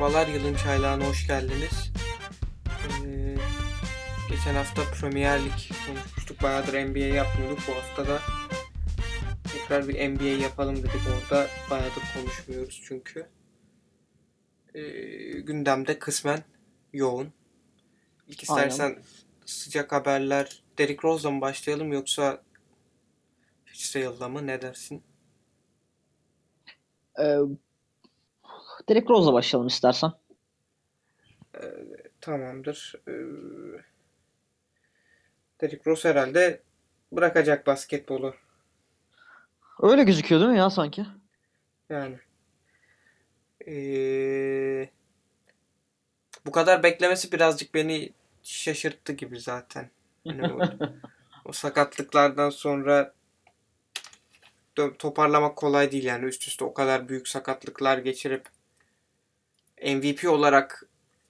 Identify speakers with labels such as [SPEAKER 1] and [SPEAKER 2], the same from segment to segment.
[SPEAKER 1] Merhabalar, Yılın Çaylağı'na hoş geldiniz. Ee, Geçen hafta Premier Lig konuşmuştuk. Bayağıdır NBA yapmıyorduk. Bu hafta da tekrar bir NBA yapalım dedik. Orada bayağıdır konuşmuyoruz çünkü. Gündemde kısmen yoğun. İlk
[SPEAKER 2] Aynen.
[SPEAKER 1] istersen sıcak haberler. Derrick Rose'la mı başlayalım yoksa Fitzgerald'la mı? Ne dersin?
[SPEAKER 2] Ee, Direkt Rose'la başlayalım istersen.
[SPEAKER 1] Tamamdır. Derrick Rose herhalde bırakacak basketbolu.
[SPEAKER 2] Öyle gözüküyor değil mi ya sanki?
[SPEAKER 1] Yani. Ee, Bu kadar beklemesi birazcık beni şaşırttı gibi zaten. Hani o sakatlıklardan sonra toparlamak kolay değil yani üst üste o kadar büyük sakatlıklar geçirip MVP olarak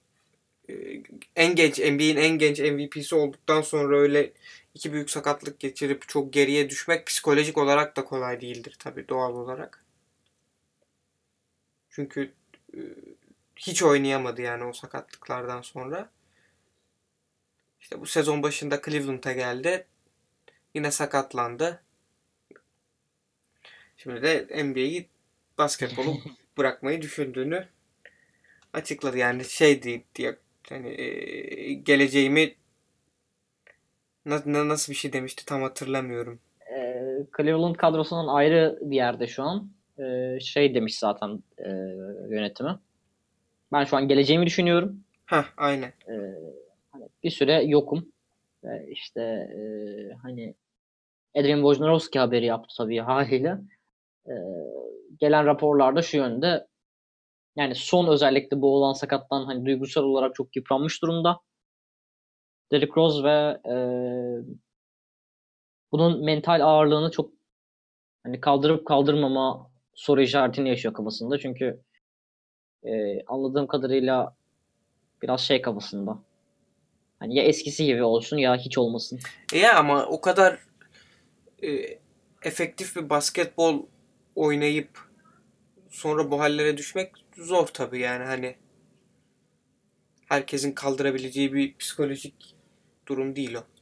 [SPEAKER 1] en genç NBA'in en genç MVP'si olduktan sonra öyle iki büyük sakatlık geçirip çok geriye düşmek psikolojik olarak da kolay değildir tabii doğal olarak. Çünkü e, hiç oynayamadı yani o sakatlıklardan sonra. İşte bu sezon başında Cleveland'a geldi. Yine sakatlandı. Şimdi de NBA'yi basketbolu bırakmayı düşündüğünü açıkladı. Yani şey diye hani geleceğimi nasıl bir şey demişti tam hatırlamıyorum.
[SPEAKER 2] Cleveland kadrosunun ayrı bir yerde şu an. Şey demiş zaten yönetimi. Ben şu an geleceğimi düşünüyorum.
[SPEAKER 1] Ha aynen.
[SPEAKER 2] Hani bir süre yokum. İşte hani Adrian Wojnarowski haberi yaptı tabii haliyle. E, Gelen raporlarda şu yönde. Yani son özellikle bu olan sakattan hani duygusal olarak çok yıpranmış durumda. Derrick Rose ve bunun mental ağırlığını çok hani kaldırıp kaldırmama soru işaretini yaşıyor kafasında. Çünkü anladığım kadarıyla biraz şey kafasında. Hani ya eskisi gibi olsun ya hiç olmasın.
[SPEAKER 1] Ya ama o kadar e, efektif bir basketbol oynayıp sonra bu hallere düşmek zor tabii yani hani herkesin kaldırabileceği bir psikolojik durum değil o.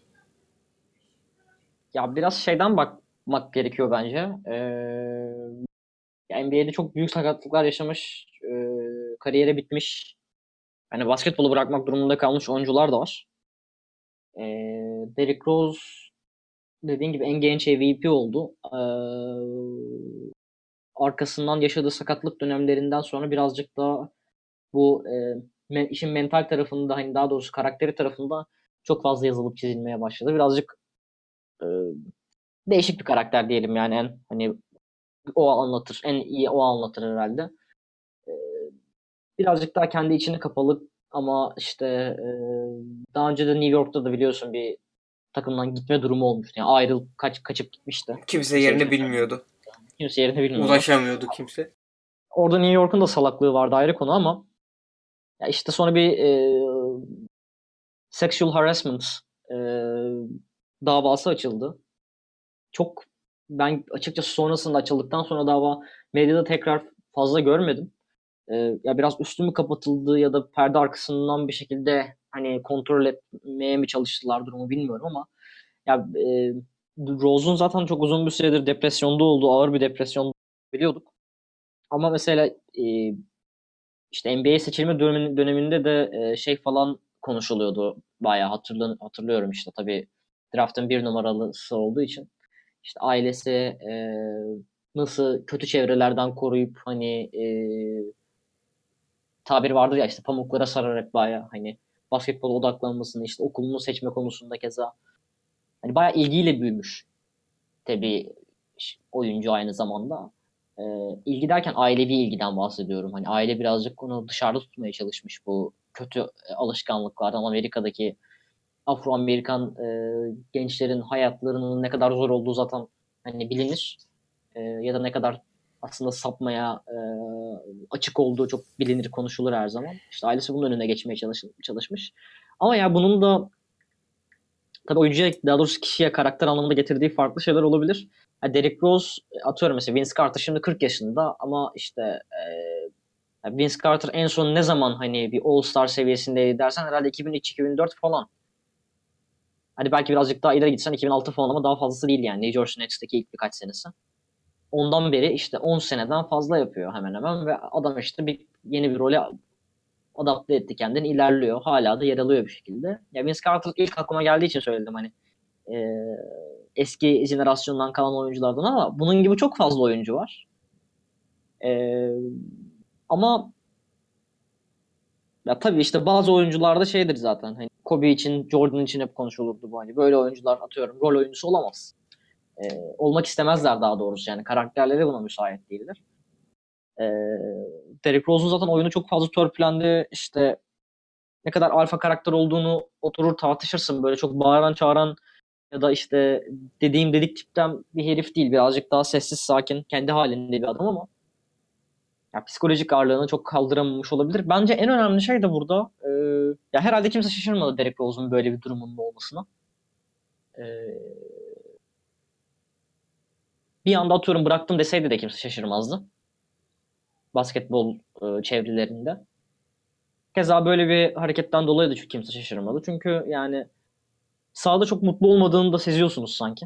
[SPEAKER 2] Ya biraz şeyden bakmak gerekiyor bence. Ya NBA'de çok büyük sakatlıklar yaşamış, kariyeri bitmiş. Hani basketbolu bırakmak durumunda kalmış oyuncular da var. Derrick Rose dediğin gibi en genç MVP oldu. Arkasından yaşadığı sakatlık dönemlerinden sonra birazcık daha bu işin mental tarafında hani daha doğrusu karakteri tarafında çok fazla yazılıp çizilmeye başladı. Birazcık e, değişik bir karakter diyelim yani en hani o anlatır. En iyi o anlatır herhalde. E, Birazcık daha kendi içine kapalı ama işte daha önce de New York'ta da biliyorsun bir takımdan gitme durumu olmuştu. Yani ayrılıp kaçıp gitmişti.
[SPEAKER 1] Kimse
[SPEAKER 2] Kimse
[SPEAKER 1] yerini
[SPEAKER 2] ismini söylemeyeyim.
[SPEAKER 1] bilmiyordu.
[SPEAKER 2] Kimse yerini bilmiyordu.
[SPEAKER 1] Ulaşamıyordu kimse.
[SPEAKER 2] Orada New York'un da salaklığı vardı ayrı konu ama ya işte sonra bir sexual harassment e, davası açıldı. Çok ben açıkçası sonrasında açıldıktan sonra dava medyada tekrar fazla görmedim. Ya biraz üstü mü kapatıldı ya da perde arkasından bir şekilde hani kontrol etmeye mi çalıştılar durumu bilmiyorum ama ya Rose'un zaten çok uzun bir süredir depresyonda olduğu ağır bir depresyon biliyorduk. Ama mesela işte NBA seçilme döneminde de şey falan konuşuluyordu. Bayağı hatırlıyorum işte tabii draft'ın bir numaralısı olduğu için. İşte ailesi nasıl kötü çevrelerden koruyup hani tabiri vardır ya işte pamuklara sararak bayağı hani basketbola odaklanmasını işte okulunu seçme konusunda keza hani bayağı ilgiyle büyümüş tabii oyuncu aynı zamanda. İlgi derken ailevi ilgiden bahsediyorum. Hani aile birazcık onu dışarıda tutmaya çalışmış bu kötü alışkanlıklardan Amerika'daki Afro-Amerikan gençlerin hayatlarının ne kadar zor olduğu zaten hani bilinir. Ya da ne kadar aslında sapmaya açık olduğu çok bilinir, konuşulur her zaman. İşte ailesi bunun önüne geçmeye çalışmış. Ama ya bunun da tabii oyuncuya daha doğrusu kişiye karakter anlamında getirdiği farklı şeyler olabilir. Ya Derrick Rose atıyorum mesela Vince Carter şimdi 40 yaşında ama işte Yani Vince Carter en son ne zaman hani bir All-Star seviyesindeydi dersen herhalde 2003-2004 falan. Hani belki birazcık daha ileri gitsen 2006 falan ama daha fazlası değil yani. New Jersey Nets'teki ilk birkaç senesi. Ondan beri işte 10 seneden fazla yapıyor hemen hemen ve adam işte yeni bir role adapte etti kendini, ilerliyor. Hala da yer alıyor bir şekilde. Ya Vince Carter ilk aklıma geldiği için söyledim hani e, eski jenerasyondan kalan oyunculardan ama bunun gibi çok fazla oyuncu var. E, ama ya tabii işte bazı oyuncularda şeydir zaten. Hani Kobe için, Jordan için hep konuşulurdu bu hani. Böyle oyuncular atıyorum rol oyuncusu olamaz. Olmak istemezler daha doğrusu yani. Karakterleri buna müsait değildir. E, Derrick Rose'un zaten oyunu çok fazla törpülendi. İşte ne kadar alfa karakter olduğunu oturur tartışırsın. Böyle çok bağıran çağıran ya da işte dediğim dedik tipten bir herif değil. Birazcık daha sessiz, sakin, kendi halinde bir adam ama ya psikolojik ağırlığını çok kaldıramamış olabilir. Bence en önemli şey de burada ya herhalde kimse şaşırmadı Derrick Rose'un böyle bir durumunun olmasına. E, Bir anda atıyorum bıraktım deseydi de kimse şaşırmazdı. Basketbol çevrelerinde. Keza böyle bir hareketten dolayı da kimse şaşırmadı. Çünkü yani sahada çok mutlu olmadığını da seziyorsunuz sanki.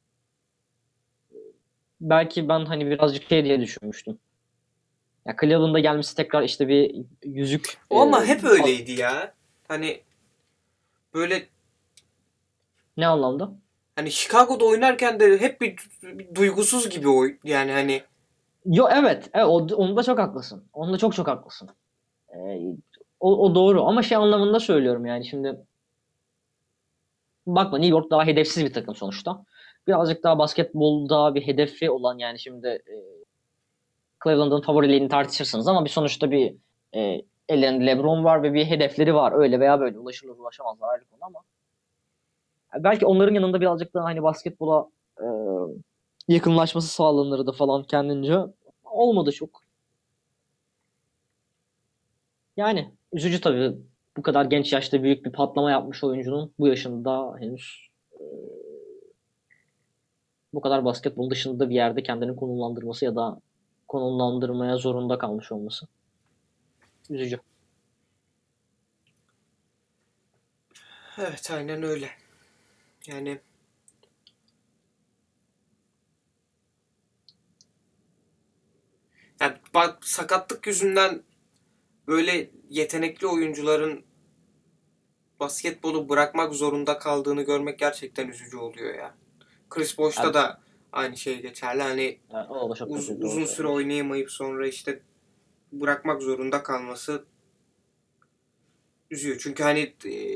[SPEAKER 2] Belki ben hani birazcık şey diye düşünmüştüm. Ya Cleveland'a gelmesi tekrar işte bir yüzük
[SPEAKER 1] O ama hep öyleydi ya. Hani böyle
[SPEAKER 2] ne anlamda?
[SPEAKER 1] hani Chicago'da oynarken de hep bir duygusuz gibi yani hani
[SPEAKER 2] Yo evet, onda çok haklısın. Onda çok çok haklısın. Ee, o doğru ama şey anlamında söylüyorum yani şimdi bakma New York daha hedefsiz bir takım sonuçta. Birazcık daha basketbolda bir hedefi olan yani şimdi Cleveland'ın favoriliğini tartışırsınız ama bir sonuçta bir ellerinde LeBron var ve bir hedefleri var. Öyle veya böyle ulaşılır ulaşamazlar ayrı konu ama belki onların yanında birazcık daha hani basketbola e, yakınlaşması sağlanırdı falan kendince. Olmadı çok. Yani üzücü tabii. Bu kadar genç yaşta büyük bir patlama yapmış oyuncunun bu yaşında henüz bu kadar basketbol dışında bir yerde kendini konumlandırması ya da konumlandırmaya zorunda kalmış olması. Üzücü.
[SPEAKER 1] evet aynen öyle. Yani bak sakatlık yüzünden böyle yetenekli oyuncuların basketbolu bırakmak zorunda kaldığını görmek gerçekten üzücü oluyor ya. Chris Bosh'ta
[SPEAKER 2] Yani,
[SPEAKER 1] da aynı şey geçerli. Hani
[SPEAKER 2] o da çok kötü. Doğru
[SPEAKER 1] uzun süre
[SPEAKER 2] söylüyorsun.
[SPEAKER 1] oynayamayıp sonra işte bırakmak zorunda kalması üzüyor. Çünkü hani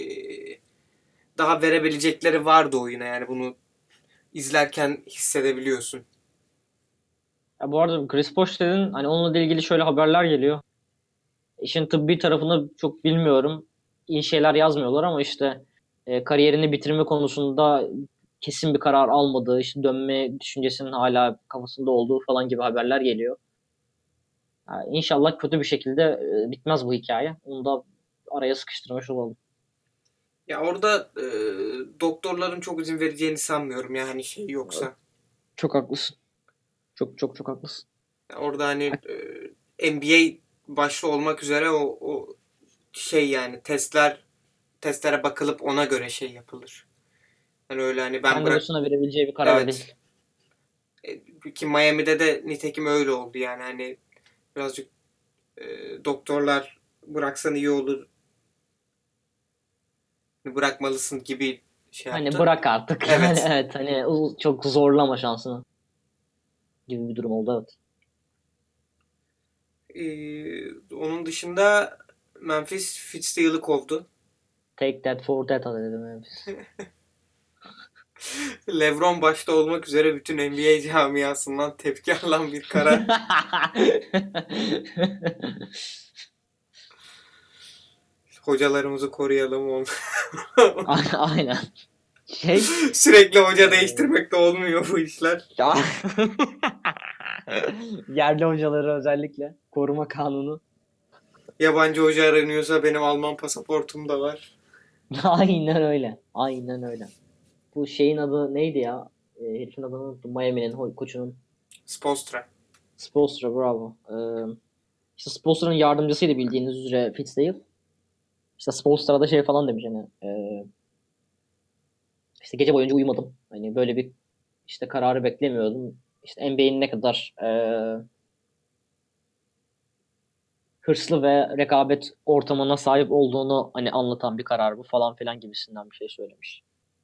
[SPEAKER 1] daha verebilecekleri vardı oyuna yani bunu izlerken hissedebiliyorsun.
[SPEAKER 2] Ya bu arada Chris Bosh dedin hani onunla ilgili şöyle haberler geliyor. İşin tıbbi tarafını çok bilmiyorum. İyi şeyler yazmıyorlar ama işte kariyerini bitirme konusunda kesin bir karar almadığı, işte dönme düşüncesinin hala kafasında olduğu falan gibi haberler geliyor. Yani İnşallah kötü bir şekilde bitmez bu hikaye. Onu da araya sıkıştırmış olalım.
[SPEAKER 1] Ya orada doktorların çok izin vereceğini sanmıyorum ya hani şey yoksa.
[SPEAKER 2] Çok haklısın. Çok çok çok haklısın.
[SPEAKER 1] Ya orada hani NBA başta olmak üzere o şey yani testlere bakılıp ona göre şey yapılır. Hani öyle hani ben
[SPEAKER 2] Kendi
[SPEAKER 1] bırak
[SPEAKER 2] başına verebileceği bir karar
[SPEAKER 1] evet.
[SPEAKER 2] değil.
[SPEAKER 1] Ki Miami'de de nitekim öyle oldu yani hani birazcık doktorlar bıraksan iyi olur, bırakmalısın gibi şey
[SPEAKER 2] Hani
[SPEAKER 1] yaptı.
[SPEAKER 2] bırak artık. Yani
[SPEAKER 1] Evet.
[SPEAKER 2] evet hani çok zorlama şansını gibi bir durum oldu evet.
[SPEAKER 1] Onun dışında Memphis Fitzgerald'ı kovdu.
[SPEAKER 2] Take that for that dedim Memphis.
[SPEAKER 1] LeBron başta olmak üzere bütün NBA camiasından tepki alan bir karar. Hocalarımızı koruyalım.
[SPEAKER 2] Aynen. Şey
[SPEAKER 1] Sürekli hoca
[SPEAKER 2] e,
[SPEAKER 1] değiştirmek de olmuyor bu işler.
[SPEAKER 2] ya- yerli hocaları özellikle koruma kanunu.
[SPEAKER 1] Yabancı hoca aranıyorsa benim Alman pasaportum da var.
[SPEAKER 2] Aynen öyle. Aynen öyle. Bu şeyin adı neydi ya? Herifin adını unuttum. Miami'nin koçunun.
[SPEAKER 1] Spolstra.
[SPEAKER 2] Spoelstra bravo. İşte Spoelstra'nın yardımcısıydı bildiğiniz üzere Fitzdale. İşte Spoelstra da şey falan demiş hani işte gece boyunca uyumadım. Hani böyle bir işte kararı beklemiyordum. İşte NBA'in ne kadar hırslı ve rekabet ortamına sahip olduğunu hani anlatan bir karar bu falan filan gibisinden bir şey söylemiş.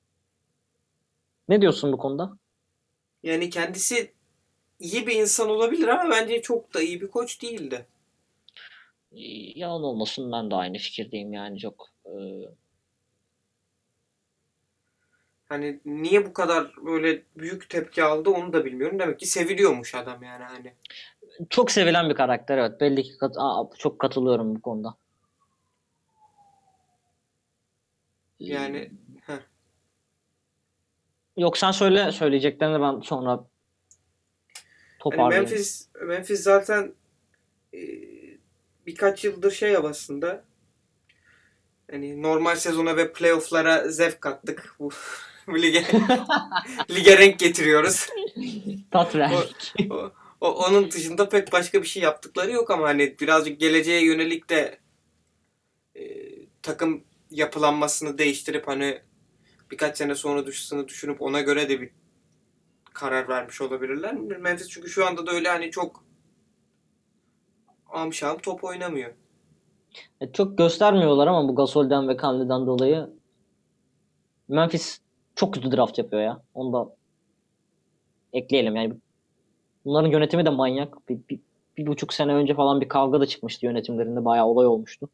[SPEAKER 2] Ne diyorsun bu konuda?
[SPEAKER 1] Yani kendisi iyi bir insan olabilir ama bence çok da iyi bir koç değildi.
[SPEAKER 2] Yalan olmasın ben de aynı fikirdeyim yani çok.
[SPEAKER 1] Hani niye bu kadar böyle büyük tepki aldı onu da bilmiyorum. Demek ki seviliyormuş adam yani hani.
[SPEAKER 2] Çok sevilen bir karakter evet. Belli ki çok katılıyorum bu konuda.
[SPEAKER 1] Yani heh.
[SPEAKER 2] Yok sen söyle söyleyeceklerini ben sonra
[SPEAKER 1] Hani
[SPEAKER 2] toparlayayım.
[SPEAKER 1] Memphis zaten e, birkaç yıldır şey havasında. Hani normal sezona ve playoff'lara zevk kattık. Bu lige renk getiriyoruz.
[SPEAKER 2] Tat
[SPEAKER 1] O,
[SPEAKER 2] verdik.
[SPEAKER 1] onun dışında pek başka bir şey yaptıkları yok ama hani birazcık geleceğe yönelik de e, takım yapılanmasını değiştirip hani birkaç sene sonra dışısını düşünüp ona göre de bir karar vermiş olabilirler. Memphis çünkü şu anda da öyle hani çok amşam top oynamıyor.
[SPEAKER 2] Çok göstermiyorlar ama bu Gasol'den ve Conley'den dolayı Memphis çok kötü draft yapıyor ya. Onu da ekleyelim yani. Bunların yönetimi de manyak. Bir buçuk sene önce falan bir kavga da çıkmıştı yönetimlerinde. Bayağı olay olmuştu.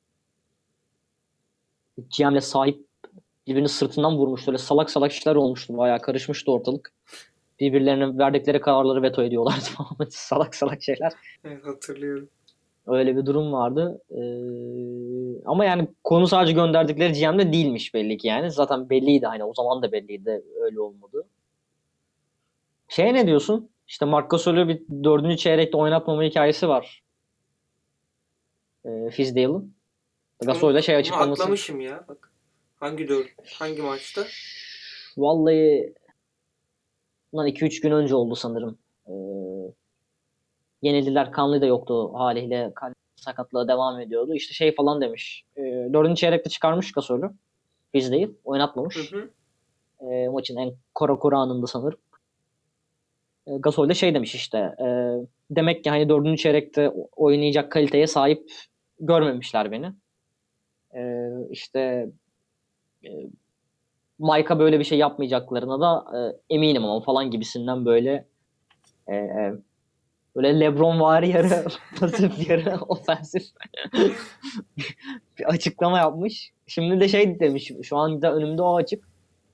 [SPEAKER 2] GM'le sahip birbirini sırtından vurmuştu. Öyle salak salak işler olmuştu. Bayağı karışmıştı ortalık. Birbirlerine verdikleri kararları veto ediyorlardı falan. Salak salak şeyler.
[SPEAKER 1] Evet, hatırlıyorum.
[SPEAKER 2] Öyle bir durum vardı. Ama yani konu sadece gönderdikleri GM'de değilmiş belli ki yani. Zaten belliydi hani o zaman da belliydi öyle olmadı. Şey ne diyorsun? İşte Marc Gasol'ü bir dördüncü çeyrekte oynatmama hikayesi var. Fizdale'ın. Gasol'le şey
[SPEAKER 1] Onu
[SPEAKER 2] açıklaması.
[SPEAKER 1] atlamışım ya. Bak. Hangi maçta?
[SPEAKER 2] Vallahi bundan 2-3 gün önce oldu sanırım. Ee, Yenildiler. Conley de yoktu haliyle. Conley sakatlığa devam ediyordu. İşte şey falan demiş. Dördüncü çeyrekte çıkarmış Gasol'ü. Fizdale.
[SPEAKER 1] Hı
[SPEAKER 2] Oynatmamış.
[SPEAKER 1] hı.
[SPEAKER 2] Maçın en kora anında sanırım. Gasol de şey demiş işte. Demek ki hani dördüncü çeyrekte oynayacak kaliteye sahip görmemişler beni. İşte e, Mike'a böyle bir şey yapmayacaklarına da eminim ama falan gibisinden böyle LeBron var yarı pasif yarı ofensif bir açıklama yapmış. Şimdi de şey demiş. Şu anda önümde o açık.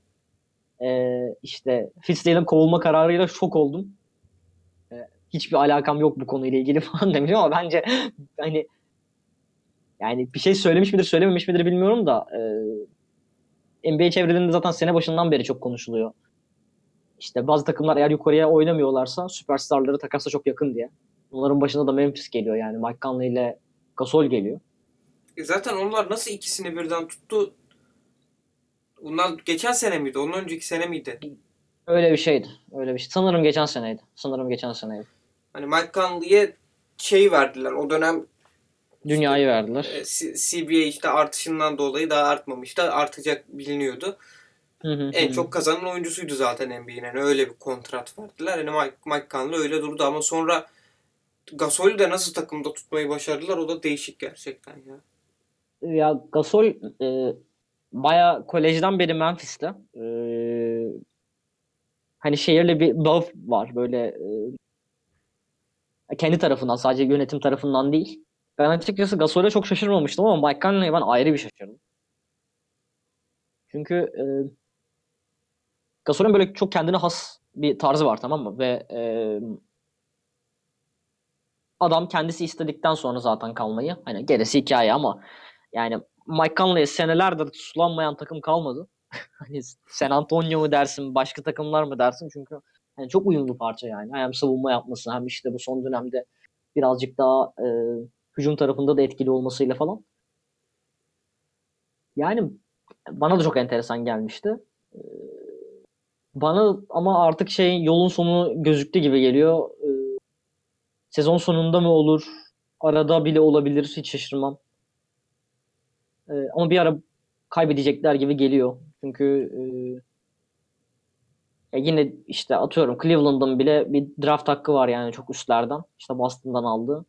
[SPEAKER 2] İşte Fizdale'in kovulma kararıyla şok oldum. Hiçbir alakam yok bu konuyla ilgili falan demiş ama bence hani yani bir şey söylemiş midir söylememiş midir bilmiyorum da NBA çevrelerinde zaten sene başından beri çok konuşuluyor. İşte bazı takımlar eğer yukarıya oynamıyorlarsa süperstarları takasla çok yakın diye. Bunların başında da Memphis geliyor yani. Mike Conley ile Gasol geliyor.
[SPEAKER 1] Zaten onlar nasıl ikisini birden tuttu? Bundan geçen sene miydi? Onun önceki sene miydi?
[SPEAKER 2] Öyle bir şeydi. Öyle bir şey. Sanırım geçen seneydi. Sanırım geçen seneydi.
[SPEAKER 1] Hani Mike Conley'e şey verdiler. O dönem işte
[SPEAKER 2] Dünyayı verdiler.
[SPEAKER 1] CBA işte artışından dolayı daha artmamıştı. Artacak biliniyordu.
[SPEAKER 2] Hı hı
[SPEAKER 1] En
[SPEAKER 2] hı.
[SPEAKER 1] çok kazanan oyuncusuydu zaten NBA'nin. Yani öyle bir kontrat verdiler. Yani Mike Conley öyle durdu ama sonra Gasol'ü de nasıl takımda tutmayı başardılar o da değişik gerçekten ya.
[SPEAKER 2] Ya Gasol bayağı kolejden beri Memphis'te. Hani şehirle bir bağ var böyle kendi tarafından sadece yönetim tarafından değil. Ben açıkçası Gasol'e çok şaşırmamıştım ama Mike Conley'e ben ayrı bir şaşırdım. Çünkü Gasol'ün böyle çok kendine has bir tarzı var tamam mı? Ve adam kendisi istedikten sonra zaten kalmayı. Hani gerisi hikaye ama yani Mike Conley'e senelerdir sulanmayan takım kalmadı. Hani San Antonio mu dersin, başka takımlar mı dersin? Çünkü hani çok uyumlu parça yani. Hem savunma yapması hem işte bu son dönemde birazcık daha hücum tarafında da etkili olmasıyla falan. Yani bana da çok enteresan gelmişti. E, Bana ama artık şey yolun sonu gözüktü gibi geliyor. Sezon sonunda mı olur? arada bile olabilir. Hiç şaşırmam. Ama bir ara kaybedecekler gibi geliyor. Çünkü yine işte atıyorum Cleveland'ın bile bir draft hakkı var yani çok üstlerden. İşte Boston'dan aldı.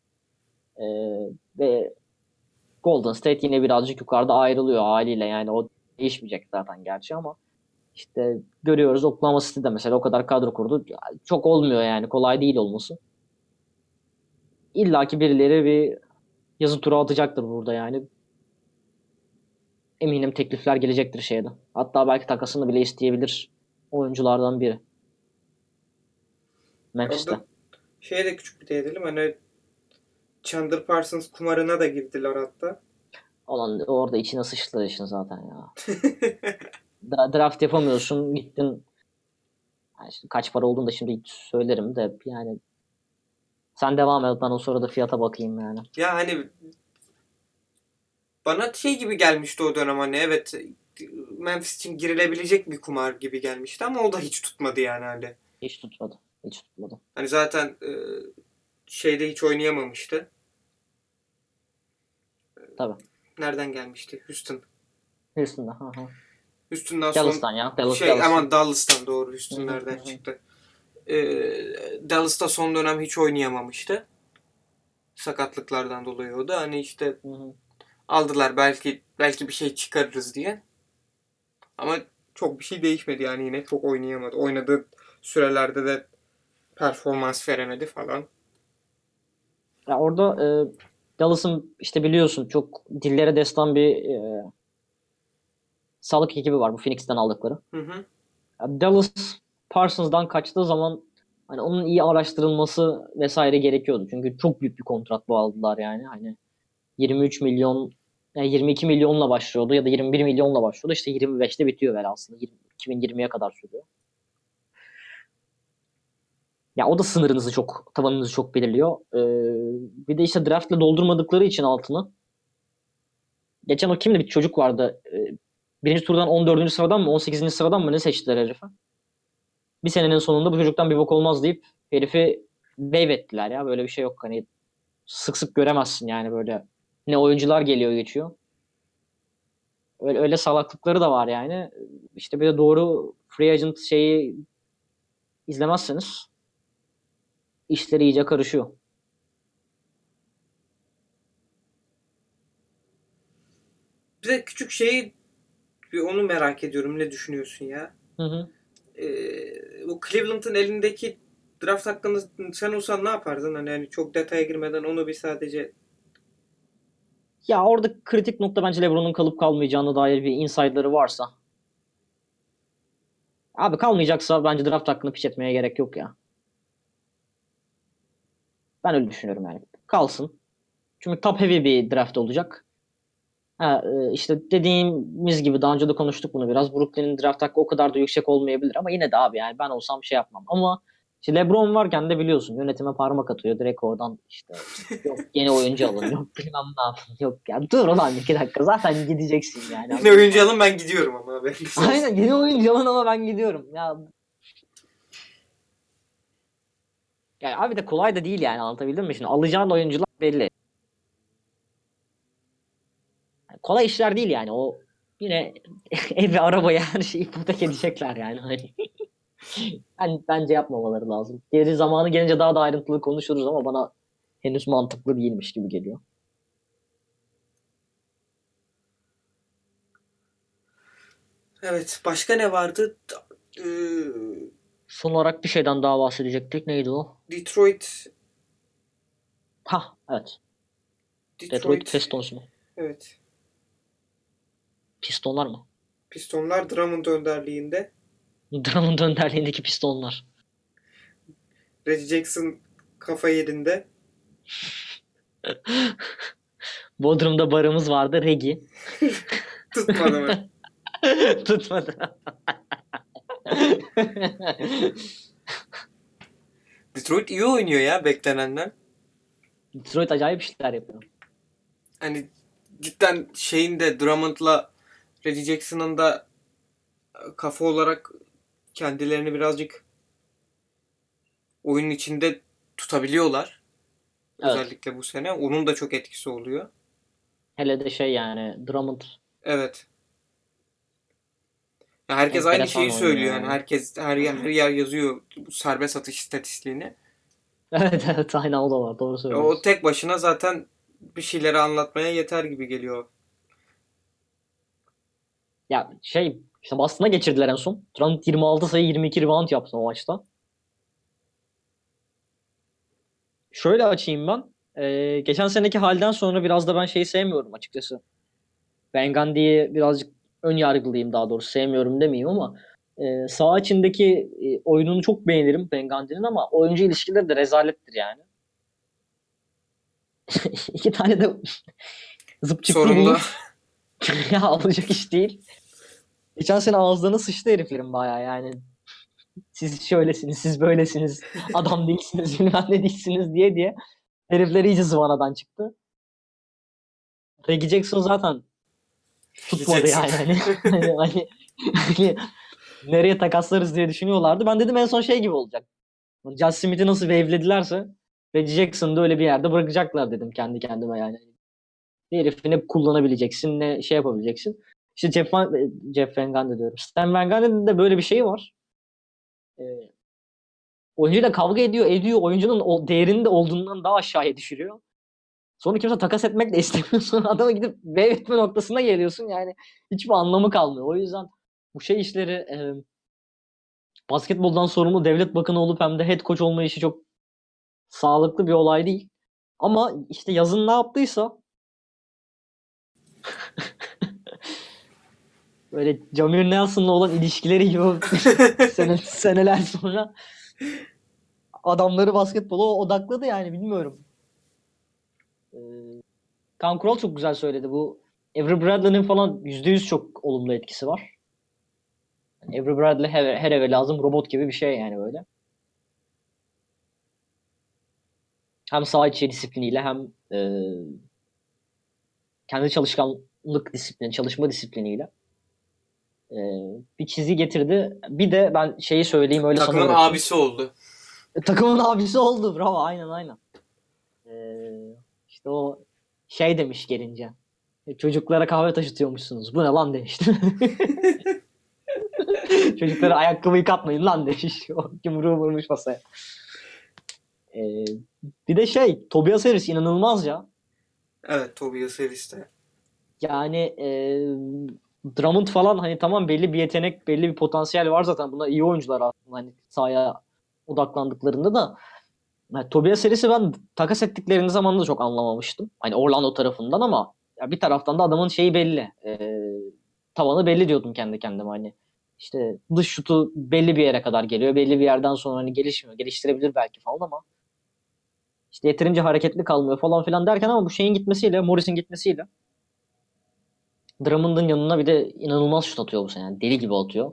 [SPEAKER 2] Ve Golden State yine birazcık yukarıda ayrılıyor haliyle. Yani o değişmeyecek zaten gerçi ama işte görüyoruz Oklahoma City'de mesela o kadar kadro kurdu. Çok olmuyor yani. Kolay değil olması. İlla ki birileri bir yazı tura atacaktır burada yani. Eminim teklifler gelecektir şeyde. Hatta belki takasını bile isteyebilir oyunculardan biri Memphis'te.
[SPEAKER 1] Orada şeye de küçük bir değinelim. Hani Chandler Parsons kumarına da girdiler hatta.
[SPEAKER 2] Olan orada içine sıçtılar işin zaten ya. Draft yapamıyorsun gittin. Yani işte kaç para olduğunu da şimdi söylerim de yani sen devam et ben o sırada fiyata bakayım yani.
[SPEAKER 1] Ya hani bana şey gibi gelmişti o dönem, hani evet, Memphis için girilebilecek bir kumar gibi gelmişti ama o da hiç tutmadı yani hani.
[SPEAKER 2] Hiç tutmadı. Hiç tutmadı.
[SPEAKER 1] Hani zaten şeyde hiç oynayamamıştı.
[SPEAKER 2] Tabii.
[SPEAKER 1] Nereden gelmişti? Houston.
[SPEAKER 2] Houston'da. Hı hı.
[SPEAKER 1] Houston'dan son
[SPEAKER 2] Dallas'tan ya.
[SPEAKER 1] aman
[SPEAKER 2] Dallas'tan.
[SPEAKER 1] Dallas'tan, doğru,
[SPEAKER 2] Hı
[SPEAKER 1] Houston
[SPEAKER 2] hı, hı
[SPEAKER 1] nereden
[SPEAKER 2] hı,
[SPEAKER 1] çıktı? Dallas'ta son dönem hiç oynayamamıştı. Sakatlıklardan dolayı o da. Hani işte
[SPEAKER 2] hı hı.
[SPEAKER 1] aldılar belki bir şey çıkarırız diye. Ama çok bir şey değişmedi yani, yine çok oynayamadı. Oynadığı sürelerde de performans veremedi falan.
[SPEAKER 2] Ya orada Dallas'ın işte biliyorsun çok dillere destan bir sağlık ekibi var bu Phoenix'ten aldıkları.
[SPEAKER 1] Hı hı.
[SPEAKER 2] Ya Dallas Parsons'dan kaçtığı zaman hani onun iyi araştırılması vesaire gerekiyordu. Çünkü çok büyük bir kontrat bağladılar yani. Hani 23 milyon yani 22 milyonla başlıyordu ya da 21 milyonla başlıyordu. İşte 25'te bitiyor velhasıl. 2020'ye kadar sürüyor. Ya o da sınırınızı çok, tavanınızı çok belirliyor. Bir de işte draftle doldurmadıkları için altını. Geçen o kimdi bir çocuk vardı. Birinci turdan 14. sıradan mı 18. sıradan mı ne seçtiler herifi? Bir senenin sonunda bu çocuktan bir bok olmaz deyip herifi waive ettiler ya. Böyle bir şey yok. Hani sık sık göremezsin yani böyle. Ne oyuncular geliyor geçiyor. Öyle salaklıkları da var yani. İşte bir de doğru free agent şeyi izlemezseniz işleri iyice karışıyor.
[SPEAKER 1] Bir de küçük şeyi, bir onu merak ediyorum. Ne düşünüyorsun ya?
[SPEAKER 2] Hı hı.
[SPEAKER 1] Bu Cleveland'ın elindeki draft hakkında sen olsan ne yapardın? Hani çok detaya girmeden onu bir sadece...
[SPEAKER 2] Ya orada kritik nokta bence LeBron'un kalıp kalmayacağına dair bir insider'ları varsa. Abi kalmayacaksa bence draft hakkını piç etmeye gerek yok ya. Ben öyle düşünüyorum yani. Kalsın. Çünkü top heavy bir draft olacak. İşte dediğimiz gibi daha önce de konuştuk bunu biraz. Brooklyn'in draft hakkı o kadar da yüksek olmayabilir ama yine de abi yani ben olsam şey yapmam. Ama işte LeBron varken de biliyorsun yönetime parmak atıyor. Direkt oradan işte yok yeni oyuncu alın yok bilmem ne yapın yok ya dur ulan 2 dakika zaten gideceksin yani
[SPEAKER 1] Ne
[SPEAKER 2] anladın
[SPEAKER 1] oyuncu
[SPEAKER 2] mı?
[SPEAKER 1] alın, ben gidiyorum ama haberiniz olsun.
[SPEAKER 2] Aynen yeni oyuncu alın ama ben gidiyorum. Ya yani abi de kolay da değil yani anlatabildim mi? Şimdi alacağın oyuncular belli. Yani kolay işler değil yani o yine ev ve arabaya her şeyi ipotek edecekler yani. Hani bence yapmamaları lazım. Geri zamanı gelince daha da ayrıntılı konuşuruz ama bana henüz mantıklı değilmiş gibi geliyor.
[SPEAKER 1] Evet. Başka ne vardı? Ee,
[SPEAKER 2] Son olarak bir şeyden daha bahsedecektik. Neydi o?
[SPEAKER 1] Detroit
[SPEAKER 2] Ha evet. Detroit
[SPEAKER 1] Detroit
[SPEAKER 2] Pistons mu?
[SPEAKER 1] evet.
[SPEAKER 2] Pistonlar mı?
[SPEAKER 1] Pistonlar Drummond önderliğinde.
[SPEAKER 2] Drummond önderliğindeki Pistonlar.
[SPEAKER 1] Reggie Jackson kafa yerinde.
[SPEAKER 2] Bodrum'da barımız vardı. Regi.
[SPEAKER 1] Tutmadı mı?
[SPEAKER 2] Tutmadı.
[SPEAKER 1] Detroit iyi oynuyor ya, beklenenden.
[SPEAKER 2] Detroit acayip işler yapıyor.
[SPEAKER 1] Hani cidden şeyin de, Drummond'la Reggie Jackson'ın da kafa olarak kendilerini birazcık oyunun içinde tutabiliyorlar.
[SPEAKER 2] Evet.
[SPEAKER 1] Özellikle bu sene. Onun da çok etkisi oluyor.
[SPEAKER 2] Hele de şey yani Drummond
[SPEAKER 1] Evet. Ya herkes aynı
[SPEAKER 2] enteresan
[SPEAKER 1] şeyi
[SPEAKER 2] oynuyor
[SPEAKER 1] söylüyor. Yani
[SPEAKER 2] yani.
[SPEAKER 1] herkes her yer yazıyor bu serbest atış istatistiğini.
[SPEAKER 2] Evet evet aynen o da var. Doğru
[SPEAKER 1] O
[SPEAKER 2] söylüyorsun.
[SPEAKER 1] tek başına zaten bir şeyleri anlatmaya yeter gibi geliyor.
[SPEAKER 2] Ya şey işte Boston'a geçirdiler en son. Drummond 26 sayı 22 rebound yaptı o maçta. Şöyle açayım ben. Geçen seneki halden sonra biraz da ben şeyi sevmiyorum açıkçası. Ben Gundy'yi birazcık ön yargılıyım daha doğrusu. Sevmiyorum demeyeyim ama saha içindeki oyununu çok beğenirim Ben Gundy'nin ama oyuncu ilişkileri de rezalettir yani. İki tane de zıp çıktı
[SPEAKER 1] Sorunlu.
[SPEAKER 2] bulmuş. Ya olacak iş değil. Geçen sene ağızlarına sıçtı heriflerin bayağı yani. Siz şöylesiniz, siz böylesiniz, adam değilsiniz, bilmem ne değilsiniz diye. Herifler iyice zıvanadan çıktı. Reggie Jackson zaten
[SPEAKER 1] Phil
[SPEAKER 2] tutmadı
[SPEAKER 1] Jackson.
[SPEAKER 2] yani hani nereye takaslarız diye düşünüyorlardı. Ben dedim en son şey gibi olacak. Josh Smith'i nasıl wave'ledilerse Reggie Jackson'ı da öyle bir yerde bırakacaklar dedim kendi kendime yani. Bir herifi ne kullanabileceksin ne şey yapabileceksin. İşte Jeff Van Gundy diyorum. Stan Van Gundy'nin de böyle bir şeyi var. Ee, Oyuncuyla kavga ediyor. Oyuncunun o değerinin de olduğundan daha aşağıya düşürüyor. Sonra kimse takas etmek de istemiyor. Sonra adama gidip wave etme noktasına geliyorsun. Yani hiçbir anlamı kalmıyor. O yüzden bu şey işleri basketboldan sorumlu devlet bakanı olup hem de head coach olma işi çok sağlıklı bir olay değil. Ama işte yazın ne yaptıysa böyle Jameer Nelson'la olan ilişkileri gibi seneler sonra adamları basketbola odakladı yani bilmiyorum. Ee, Kaan Kural çok güzel söyledi. Bu Avery Bradley'nin falan %100 çok olumlu etkisi var. Yani Avery Bradley her eve lazım robot gibi bir şey yani böyle. Hem saha içi disipliniyle hem kendi çalışkanlık disiplini, çalışma disipliniyle e, bir çizgi getirdi. Bir de ben şeyi söyleyeyim öyle sana
[SPEAKER 1] Takımın
[SPEAKER 2] bırakayım.
[SPEAKER 1] abisi oldu.
[SPEAKER 2] Takımın abisi oldu. Bravo aynen aynen. E, işte o şey demiş gelince. Çocuklara kahve taşıtıyormuşsunuz. Bu ne lan demişti. Çocuklara ayakkabı yıkatmayın lan demiş. O yumruğu vurmuş masaya. Ee, bir de şey Tobias Harris inanılmaz ya.
[SPEAKER 1] Evet, Tobias Harris de.
[SPEAKER 2] Yani Drummond falan hani tamam belli bir yetenek, belli bir potansiyel var zaten. Bunlar iyi oyuncular aslında hani sahaya odaklandıklarında da. Yani Tobias Harris'i ben takas ettiklerini zamanında çok anlamamıştım. Hani Orlando tarafından ama ya bir taraftan da adamın şeyi belli. Tavanı belli diyordum kendi kendime hani. İşte dış şutu belli bir yere kadar geliyor. Belli bir yerden sonra hani gelişmiyor. Geliştirebilir belki falan ama işte yeterince hareketli kalmıyor falan filan derken ama bu şeyin gitmesiyle, Morris'in gitmesiyle Drummond'un yanına bir de inanılmaz şut atıyor bu sene. Yani deli gibi atıyor.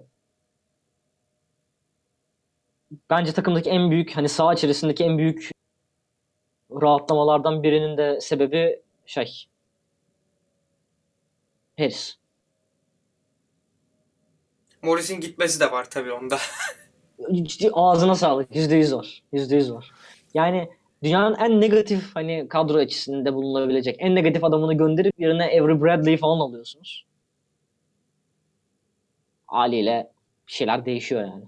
[SPEAKER 2] Bence takımdaki en büyük hani saha içerisindeki en büyük rahatlamalardan birinin de sebebi şey Harris.
[SPEAKER 1] Morris'in gitmesi de var tabii onda.
[SPEAKER 2] Ağzına sağlık. %100 var. %100 var. Yani dünyanın en negatif hani kadro açısında bulunabilecek en negatif adamını gönderip yerine Avery Bradley falan alıyorsunuz. Haliyle bir şeyler değişiyor yani.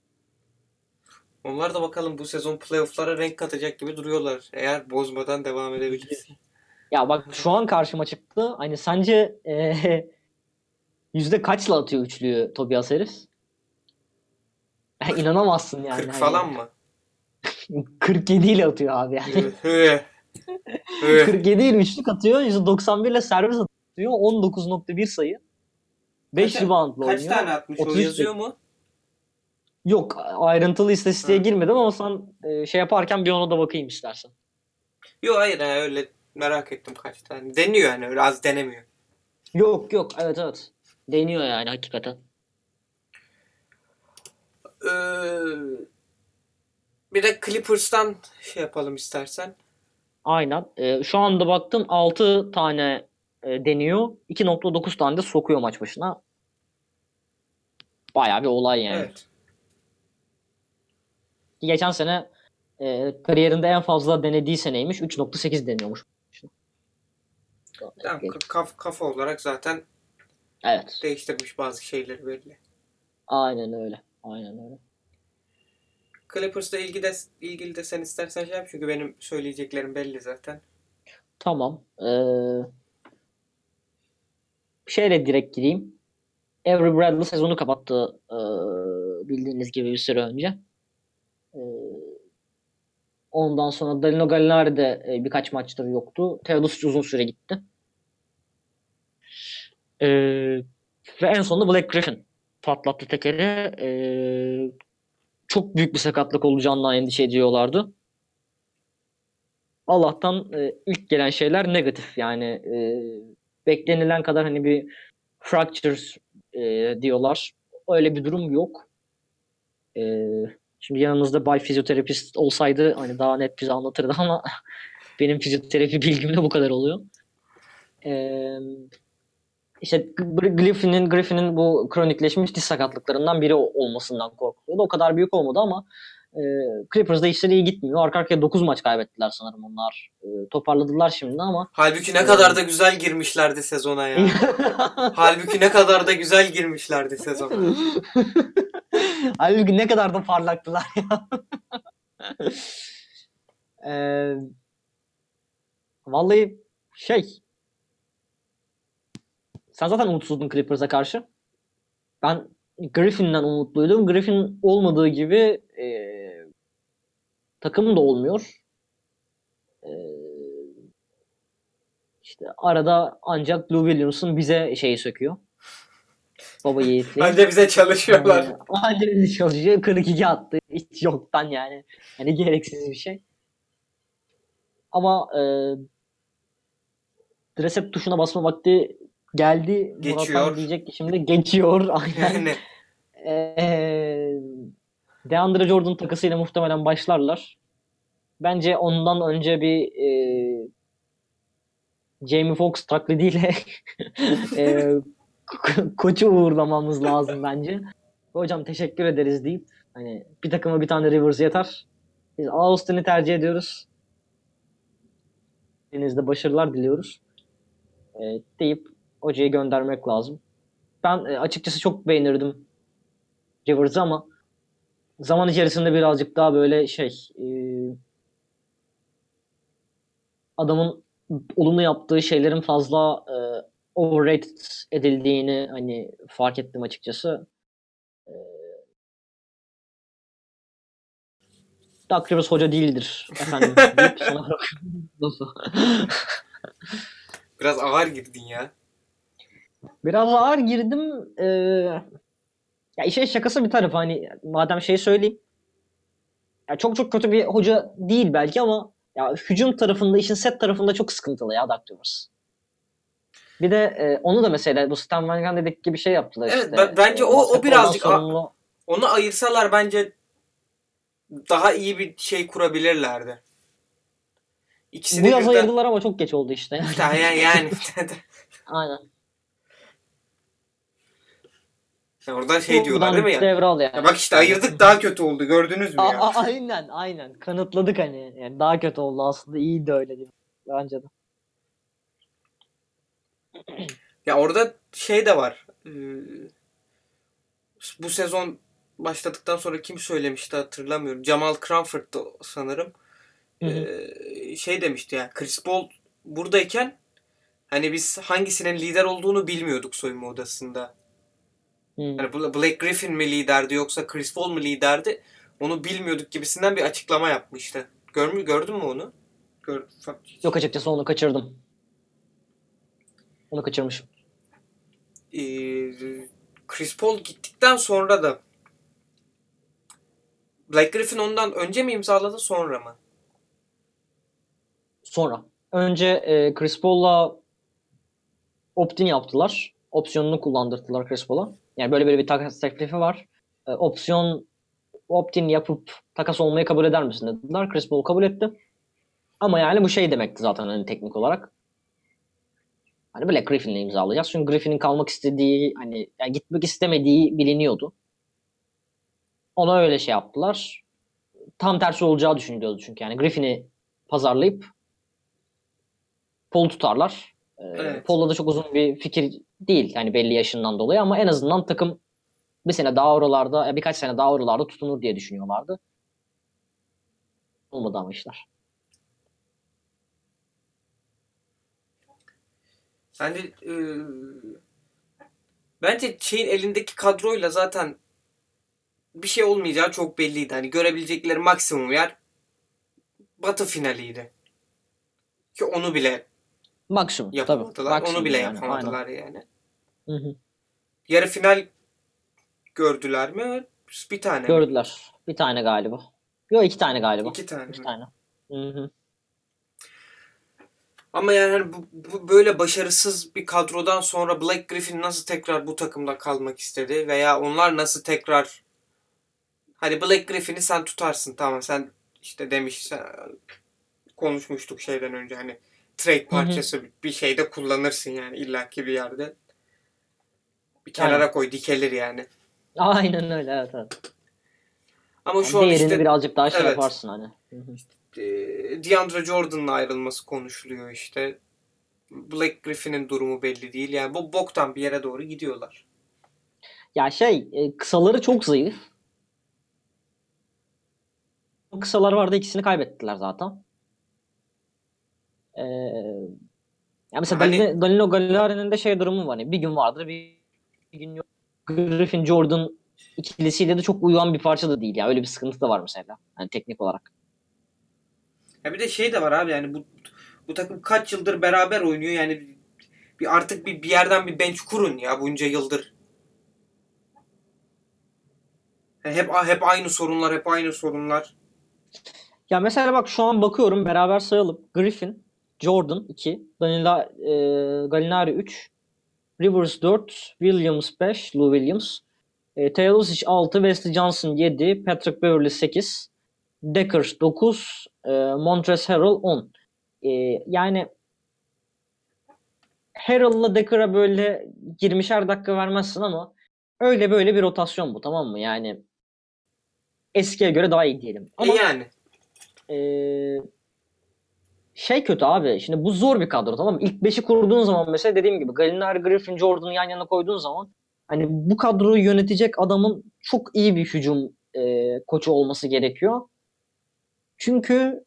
[SPEAKER 1] Onlar da bakalım bu sezon playoff'lara renk katacak gibi duruyorlar. Eğer bozmadan devam edebilirse.
[SPEAKER 2] Ya bak şu an karşıma çıktı. Hani sence yüzde kaçla atıyor üçlüyü Tobias Harris? Yani
[SPEAKER 1] 40,
[SPEAKER 2] inanamazsın yani
[SPEAKER 1] 40
[SPEAKER 2] hani
[SPEAKER 1] falan mı?
[SPEAKER 2] 47 ile atıyor abi yani.
[SPEAKER 1] Hı, hı.
[SPEAKER 2] 47 ile üçlük atıyor. %91 ile servis atıyor. 19,1 sayı. 5 reboundla
[SPEAKER 1] Kaç
[SPEAKER 2] oynuyor.
[SPEAKER 1] tane atmış o
[SPEAKER 2] 33
[SPEAKER 1] yazıyor mu?
[SPEAKER 2] Yok ayrıntılı istatistiğe
[SPEAKER 1] Ha.
[SPEAKER 2] girmedim ama sen şey yaparken bir ona da bakayım istersen.
[SPEAKER 1] Yok hayır ha, öyle merak ettim kaç tane. Deniyor yani, öyle az denemiyor.
[SPEAKER 2] Yok yok evet evet. Deniyor yani hakikaten.
[SPEAKER 1] Ee, bir de Clippers'tan şey yapalım istersen.
[SPEAKER 2] Aynen. Şu anda baktım 6 tane deniyor. 2,9 tane de sokuyor maç başına. Bayağı bir olay yani.
[SPEAKER 1] Evet.
[SPEAKER 2] Geçen sene Kariyerinde en fazla denediği seneymiş. 3.8 deniyormuş.
[SPEAKER 1] Tamam, kafa olarak zaten
[SPEAKER 2] Evet.
[SPEAKER 1] değiştirmiş bazı şeyleri belli.
[SPEAKER 2] Aynen öyle. Aynen öyle.
[SPEAKER 1] Clippers'la ilgili de sen istersen şey yap çünkü benim söyleyeceklerim belli zaten.
[SPEAKER 2] Tamam. Şeyle direkt gireyim. Avery Bradley sezonu kapattı bildiğiniz gibi bir süre önce. Ee, Ondan sonra Danilo Gallinari de birkaç maçtır yoktu. Teodosic uzun süre gitti. Ee, Ve en sonunda Black Griffin patlattı tekeri. Çok büyük bir sakatlık olacağından endişe ediyorlardı. Allah'tan ilk gelen şeyler negatif. Yani beklenilen kadar hani bir fracture diyorlar. Öyle bir durum yok. E, Şimdi yanımızda bay fizyoterapist olsaydı hani daha net bize anlatırdı ama benim fizyoterapi bilgim de bu kadar oluyor. E, işte Griffin'in bu kronikleşmiş diz sakatlıklarından biri olmasından korkuluyordu. O kadar büyük olmadı ama Clippers'da işleri iyi gitmiyor. Arka arkaya 9 maç kaybettiler sanırım onlar. Toparladılar şimdi ama
[SPEAKER 1] Halbuki ne kadar da güzel girmişlerdi sezona ya. Halbuki ne kadar da güzel girmişlerdi sezona.
[SPEAKER 2] halbuki ne kadar da parlaktılar ya. Vallahi şey, sen zaten umutsuzdun Clippers'a karşı. Ben Griffin'den umutluydum. Griffin olmadığı gibi takım da olmuyor. E, işte arada ancak Lou Williams'ın bize şeyi söküyor. Baba yiğitliği.
[SPEAKER 1] Bence bize çalışıyorlar.
[SPEAKER 2] Anca bize çalışıyor. 42 attı. Hiç yoktan yani. Hani gereksiz bir şey. Ama reset tuşuna basma vakti geldi. Murat'tan
[SPEAKER 1] Geçiyor.
[SPEAKER 2] diyecek ki şimdi geçiyor. Aynen.
[SPEAKER 1] Yani
[SPEAKER 2] DeAndre Jordan takısıyla muhtemelen başlarlar. Bence ondan önce bir Jamie Foxx taklidiyle e, koçu uğurlamamız lazım bence. Hocam teşekkür ederiz deyip hani bir takıma bir tane Rivers yeter. Biz Austin'i tercih ediyoruz. Denizde başarılar diliyoruz. Deyip hocayı göndermek lazım. Ben açıkçası çok beğenirdim Rivers'ı ama zaman içerisinde birazcık daha böyle adamın olumlu yaptığı şeylerin fazla overrated edildiğini hani fark ettim açıkçası. Doug Rivers hoca değildir efendim deyip sana bırakıyorum. Nasıl?
[SPEAKER 1] biraz ağır girdin ya.
[SPEAKER 2] Biraz ağır girdim. Ya işin şakası bir tarafı hani madem şey söyleyeyim. Ya çok çok kötü bir hoca değil belki ama ya hücum tarafında işin set tarafında çok sıkıntılı ya Doug Rivers. Bir de onu da mesela bu Stan Van Gundy'deki gibi şey yaptılar
[SPEAKER 1] Evet,
[SPEAKER 2] işte.
[SPEAKER 1] bence o
[SPEAKER 2] Basketboldan
[SPEAKER 1] birazcık
[SPEAKER 2] sorumlu.
[SPEAKER 1] onu ayırsalar bence daha iyi bir şey kurabilirlerdi.
[SPEAKER 2] Bu
[SPEAKER 1] İkisini
[SPEAKER 2] yaz
[SPEAKER 1] birden
[SPEAKER 2] ayırdılar ama çok geç oldu işte.
[SPEAKER 1] işte yani
[SPEAKER 2] Aynen.
[SPEAKER 1] orada şey diyorlar değil mi
[SPEAKER 2] Buradan
[SPEAKER 1] ya?
[SPEAKER 2] devral
[SPEAKER 1] Ya
[SPEAKER 2] yani.
[SPEAKER 1] bak işte ayırdık daha kötü oldu gördünüz mü ya?
[SPEAKER 2] Aynen aynen. Kanıtladık hani. Yani daha kötü oldu aslında. İyi de öyle değil. Bence de.
[SPEAKER 1] Ya orada şey de var. Bu sezon başladıktan sonra kim söylemişti hatırlamıyorum. Jamal Crawford'dı sanırım.
[SPEAKER 2] Hı hı.
[SPEAKER 1] Şey demişti ya. Chris Paul buradayken hani biz hangisinin lider olduğunu bilmiyorduk soyunma odasında.
[SPEAKER 2] Hı.
[SPEAKER 1] Hani Blake Griffin mi liderdi yoksa Chris Paul mu liderdi? Onu bilmiyorduk gibisinden bir açıklama yapmıştı. Gördün mü onu? Gördüm.
[SPEAKER 2] Yok açıkçası onu kaçırdım. Onu kaçırmışım.
[SPEAKER 1] Chris Paul gittikten sonra da Blake Griffin ondan önce mi imzaladı sonra mı?
[SPEAKER 2] Sonra. Önce Chris Paul'la opt-in yaptılar. Opsiyonunu kullandırdılar Chris Paul'a. Yani böyle bir takas teklifi var. Opt-in yapıp takas olmayı kabul eder misin dediler. Chris Paul kabul etti. Ama yani bu şey demekti zaten hani teknik olarak. Hani Black Griffin'le imzalayacağız. Çünkü Griffin'in kalmak istediği hani yani gitmek istemediği biliniyordu. Ona öyle şey yaptılar. tam tersi olacağı düşünülüyordu çünkü. Yani Griffin'i pazarlayıp Paul'u tutarlar.
[SPEAKER 1] Evet.
[SPEAKER 2] Paul'da da çok uzun bir fikir değil yani belli yaşından dolayı ama en azından takım bir sene daha oralarda, birkaç sene daha oralarda tutunur diye düşünüyorlardı. Olmadı ama işler.
[SPEAKER 1] Yani bence şeyin elindeki kadroyla zaten bir şey olmayacağı çok belliydi. Hani görebilecekleri maksimum yer Batı finaliydi. Ki onu bile
[SPEAKER 2] Maksimum tabii.
[SPEAKER 1] yapamadılar. Onu bile
[SPEAKER 2] Maksimum yani. Aynen.
[SPEAKER 1] yapamadılar yani.
[SPEAKER 2] Hı hı.
[SPEAKER 1] Yarı final gördüler mi? Bir tane mi?
[SPEAKER 2] Gördüler. Bir tane galiba. Yok, iki tane galiba.
[SPEAKER 1] İki tane
[SPEAKER 2] İki
[SPEAKER 1] mi?
[SPEAKER 2] tane. Hı hı.
[SPEAKER 1] Ama yani hani bu böyle başarısız bir kadrodan sonra Blake Griffin nasıl tekrar bu takımda kalmak istedi veya onlar nasıl tekrar hani Blake Griffin'i sen tutarsın, tamam, sen işte konuşmuştuk şeyden önce, hani trade
[SPEAKER 2] Hı hı.
[SPEAKER 1] parçası bir şeyde kullanırsın yani illaki bir yerde. Bir
[SPEAKER 2] Aynen.
[SPEAKER 1] kenara koy, dikelir yani.
[SPEAKER 2] Aynen öyle, evet, evet.
[SPEAKER 1] Ama
[SPEAKER 2] Yani
[SPEAKER 1] şu an
[SPEAKER 2] değerini
[SPEAKER 1] işte
[SPEAKER 2] birazcık daha şey
[SPEAKER 1] evet,
[SPEAKER 2] yaparsın hani. Hı hı.
[SPEAKER 1] DeAndre Jordan'ın ayrılması konuşuluyor işte. Blake Griffin'in durumu belli değil. Yani bu boktan bir yere doğru gidiyorlar.
[SPEAKER 2] Ya kısaları çok zayıf. O kısalar vardı, ikisini kaybettiler zaten. Ee, Ya mesela
[SPEAKER 1] Hani
[SPEAKER 2] Danilo Gallinari'nin de durumu var. Hani bir gün vardır, bir gün yok. Griffin Jordan ikilisiyle de çok uyuyan bir parça da değil. Yani öyle bir sıkıntı da var mesela. Hani teknik olarak.
[SPEAKER 1] ya bir de şey de var abi, yani bu takım kaç yıldır beraber oynuyor yani, bir artık bir yerden bir bench kurun ya bunca yıldır. Yani hep aynı sorunlar, hep aynı sorunlar.
[SPEAKER 2] Ya mesela bak, şu an bakıyorum, beraber sayalım. Griffin, Jordan 2, Gallinari 3, Rivers 4, Williams 5, Lou Williams, Teodosic 6, Wesley Johnson 7, Patrick Beverley 8, Decker 9, Montrezl Harrell 10. Yani Harrell'la Decker'a böyle 20'şer dakika vermezsin ama öyle böyle bir rotasyon bu, tamam mı? Yani eskiye göre daha iyi diyelim. Ama
[SPEAKER 1] Yani
[SPEAKER 2] e, kötü abi. Şimdi bu zor bir kadro, tamam mı? İlk beşi kurduğun zaman mesela dediğim gibi Gallinari, Griffin, Jordan'ı yan yana koyduğun zaman hani bu kadroyu yönetecek adamın çok iyi bir hücum koçu olması gerekiyor. Çünkü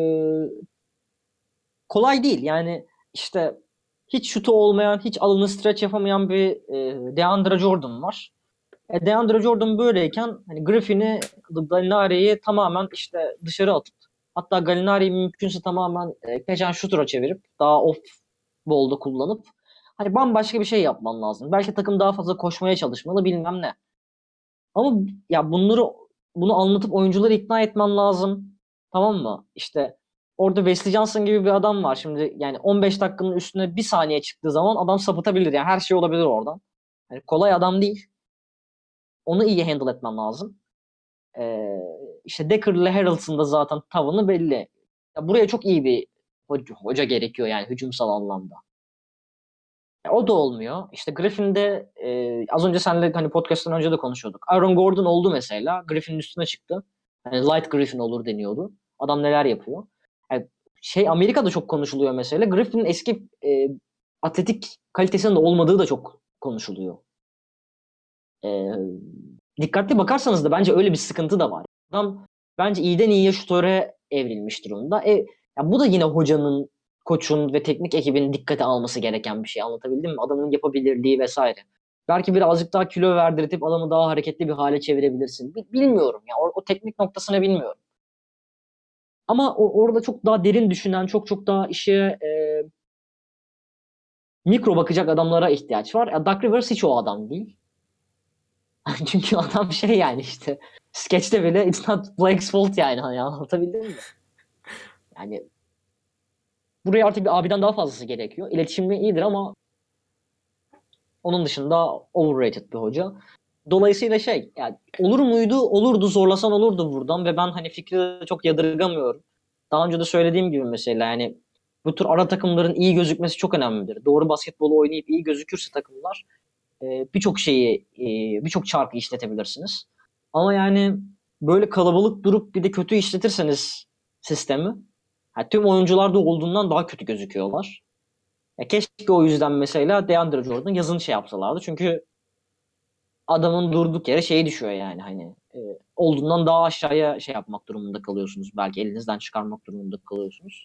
[SPEAKER 2] kolay değil. Yani işte hiç şutu olmayan, hiç alını stretch yapamayan bir DeAndre Jordan var. DeAndre Jordan böyleyken hani Griffin'i, Gallinari'yi tamamen işte dışarı atıp, hatta Gallinari'yi mümkünse tamamen catch and shooter'a çevirip daha off ball'da kullanıp hani bambaşka bir şey yapman lazım. Belki takım daha fazla koşmaya çalışmalı, bilmem ne. Ama ya bunu anlatıp oyuncuları ikna etmen lazım. Tamam mı? İşte orada Wesley Johnson gibi bir adam var. Şimdi yani 15 dakikanın üstüne bir saniye çıktığı zaman adam sapıtabilir. Yani her şey olabilir oradan. Yani kolay adam değil. Onu iyi handle etmen lazım. Ee, işte Decker ile Harrelson da zaten tavanı belli. Ya buraya çok iyi bir hoca gerekiyor yani hücumsal anlamda. O da olmuyor. İşte Griffin'de az önce seninle hani podcast'tan önce de konuşuyorduk. Aaron Gordon oldu mesela. Griffin'in üstüne çıktı. Hani Light Griffin olur deniyordu. Adam neler yapıyor. Yani Amerika'da çok konuşuluyor mesela. Griffin'in eski atletik kalitesinin de olmadığı da çok konuşuluyor. E, Dikkatli bakarsanız da bence öyle bir sıkıntı da var. Adam bence iyiden iyiye şutöre evrilmiş durumda. Ya bu da yine hocanın, koçun ve teknik ekibin dikkate alması gereken bir şey. Anlatabildim mi? Adamın yapabilirliği vesaire. Belki birazcık daha kilo verdirtip adamı daha hareketli bir hale çevirebilirsin. Bilmiyorum ya. O teknik noktasını bilmiyorum. Ama orada çok daha derin düşünen, çok çok daha işe mikro bakacak adamlara ihtiyaç var. Ya Doug Rivers hiç o adam değil. Çünkü adam yani işte sketch'te bile it's not Blake's fault yani. Hani anlatabildim mi? Yani buraya artık bir abiden daha fazlası gerekiyor. İletişimi iyidir ama onun dışında overrated bir hoca. Dolayısıyla yani olur muydu? Olurdu, zorlasan olurdu buradan ve ben hani fikri çok yadırgamıyorum. Daha önce de söylediğim gibi mesela yani bu tür ara takımların iyi gözükmesi çok önemlidir. Doğru basketbolu oynayıp iyi gözükürse takımlar birçok çarkı işletebilirsiniz. Ama yani böyle kalabalık durup bir de kötü işletirseniz sistemi, tüm oyuncular da olduğundan daha kötü gözüküyorlar. Keşke o yüzden mesela DeAndre Jordan yazın şey yapsalardı. Çünkü adamın durduk yere şeyi düşüyor yani hani olduğundan daha aşağıya şey yapmak durumunda kalıyorsunuz. Belki elinizden çıkarmak durumunda kalıyorsunuz.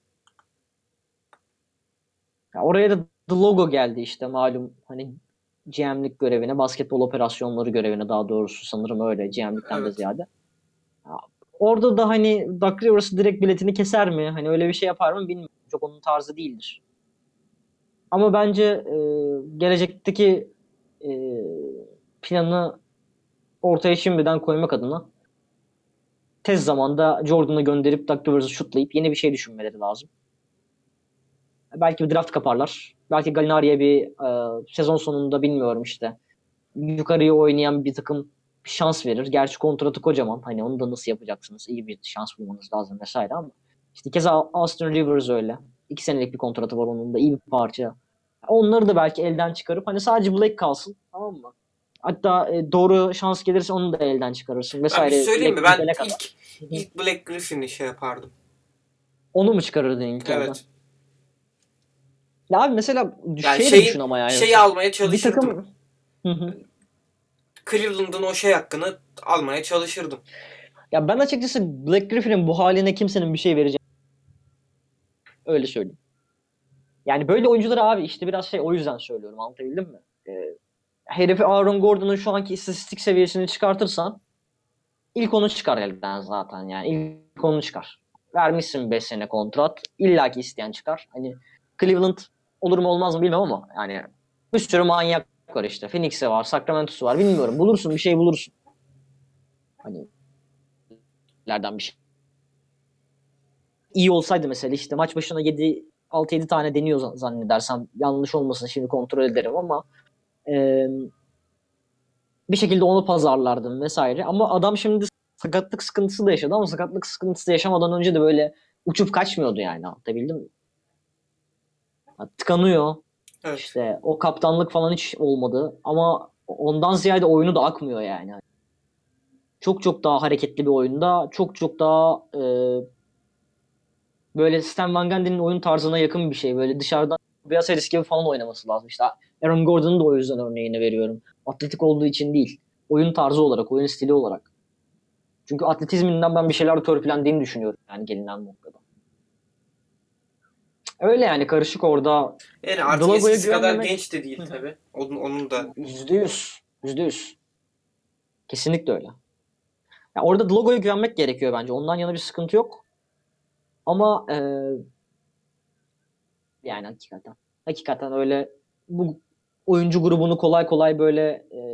[SPEAKER 2] Oraya da The Logo geldi işte malum hani GM'lik görevine, basketbol operasyonları görevine daha doğrusu sanırım öyle GM'likten de
[SPEAKER 1] Evet.
[SPEAKER 2] ziyade. Orada da hani Doc Rivers direkt biletini keser mi? Hani öyle bir şey yapar mı bilmiyorum. Çok onun tarzı değildir. Ama bence gelecekteki e, planı ortaya şimdiden koymak adına tez zamanda Jordan'ı gönderip Doc Rivers'ı şutlayıp yeni bir şey düşünmeleri lazım. Belki bir draft kaparlar. Belki Gallinari'ye bir sezon sonunda bilmiyorum işte yukarıya oynayan bir takım bir şans verir. Gerçi kontratı kocaman. Hani onu da nasıl yapacaksınız? İyi bir şans bulmanız lazım vesaire ama işte keza Austin Rivers öyle. 2 senelik bir kontratı var onun da iyi bir parça. Onları da belki elden çıkarıp hani sadece Blake kalsın, tamam mı? Hatta doğru şans gelirse onu da elden çıkarırsın
[SPEAKER 1] Ben bir şey
[SPEAKER 2] vesaire
[SPEAKER 1] söyleyeyim mi?
[SPEAKER 2] Blake
[SPEAKER 1] Ben
[SPEAKER 2] gidene kadar.
[SPEAKER 1] ilk Black Griffin'i şey yapardım.
[SPEAKER 2] Onu mu çıkarırdın ilk elden?
[SPEAKER 1] Evet.
[SPEAKER 2] Ya abi mesela
[SPEAKER 1] Yani
[SPEAKER 2] şey de düşün ama yani.
[SPEAKER 1] şeyi almaya
[SPEAKER 2] Bir
[SPEAKER 1] çalışırdım.
[SPEAKER 2] takım. Hı hı.
[SPEAKER 1] Cleveland'ın o şey hakkını almaya çalışırdım.
[SPEAKER 2] Ya ben açıkçası Black Griffin'in bu haline kimsenin bir şey vereceğini öyle söyleyeyim. Yani böyle oyuncuları abi işte biraz şey o yüzden söylüyorum, anlatabildim mi? Herifi Aaron Gordon'un şu anki istatistik seviyesini çıkartırsan ilk onu çıkar elden zaten yani. İlk onu çıkar. Vermişsin 5 sene kontrat. İllaki isteyen çıkar. Hani Cleveland olur mu olmaz mı bilmem ama yani bir sürü manyak var işte. Phoenix'e var, Sacramento'su var. Bilmiyorum. Bulursun bir şey bulursun. Hani lerden bir şey. İyi olsaydı mesela işte maç başına 6-7 tane deniyor zannedersem. Yanlış olmasın şimdi kontrol ederim ama e, bir şekilde onu pazarlardım vesaire. Ama adam şimdi sakatlık sıkıntısı da yaşadı ama sakatlık sıkıntısı yaşamadan önce de böyle uçup kaçmıyordu yani, anlatabildim mi? Tıkanıyor.
[SPEAKER 1] Evet.
[SPEAKER 2] İşte o kaptanlık falan hiç olmadı ama ondan ziyade oyunu da akmıyor yani. Çok çok daha hareketli bir oyunda, çok çok daha böyle Stan Van Gundy'nin oyun tarzına yakın bir şey. Böyle dışarıdan Tobias Harris gibi falan oynaması lazım. İşte Aaron Gordon'un da o yüzden örneğini veriyorum. Atletik olduğu için değil. Oyun tarzı olarak, oyun stili olarak. Çünkü atletizminden ben bir şeyler törpülendiğini düşünüyorum yani gelinen noktada. Öyle yani karışık orada.
[SPEAKER 1] Yani artık
[SPEAKER 2] Dlago'ya
[SPEAKER 1] eskisi kadar
[SPEAKER 2] güvenmemek
[SPEAKER 1] genç de değil tabii. Onun da
[SPEAKER 2] %100. %100. Kesinlikle öyle. Ya orada Dlago'ya güvenmek gerekiyor bence. Ondan yana bir sıkıntı yok. Ama yani hakikaten. Hakikaten öyle bu oyuncu grubunu kolay kolay böyle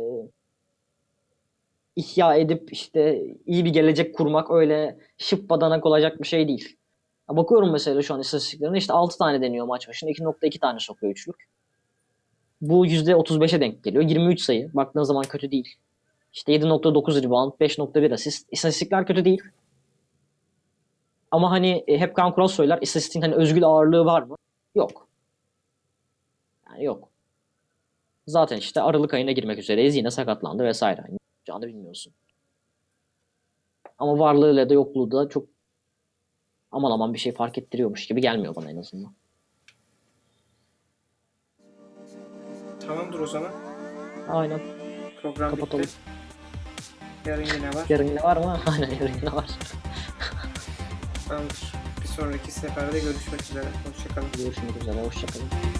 [SPEAKER 2] ihya edip işte iyi bir gelecek kurmak öyle şıp badanak olacak bir şey değil. Ya bakıyorum mesela şu an istatistiklerine işte 6 tane deniyor maç başına 2.2 tane sokuyor üçlük. Bu %35'e denk geliyor. 23 sayı. Baktığın zaman kötü değil. İşte 7.9 rebound, 5.1 asist. İstatistikler kötü değil. Ama hani hep Kaan Kural söyler istatistiğin hani özgül ağırlığı var mı? Yok. Yani yok. Zaten işte Aralık ayına girmek üzereyiz. Yine sakatlandı vesaire. Yani ne yapacağını bilmiyorsun. Ama varlığıyla da yokluğu da çok aman aman bir şey fark ettiriyormuş gibi gelmiyor bana en azından.
[SPEAKER 1] tamamdır o zaman.
[SPEAKER 2] Aynen.
[SPEAKER 1] Program
[SPEAKER 2] Kapatalım.
[SPEAKER 1] bitti. Yarın yine var.
[SPEAKER 2] Yarın yine var mı? Aynen yarın yine var.
[SPEAKER 1] Tamamdır. Bir sonraki seferde görüşmek üzere. Hoşçakalın.
[SPEAKER 2] Görüşmek üzere. Hoşçakalın.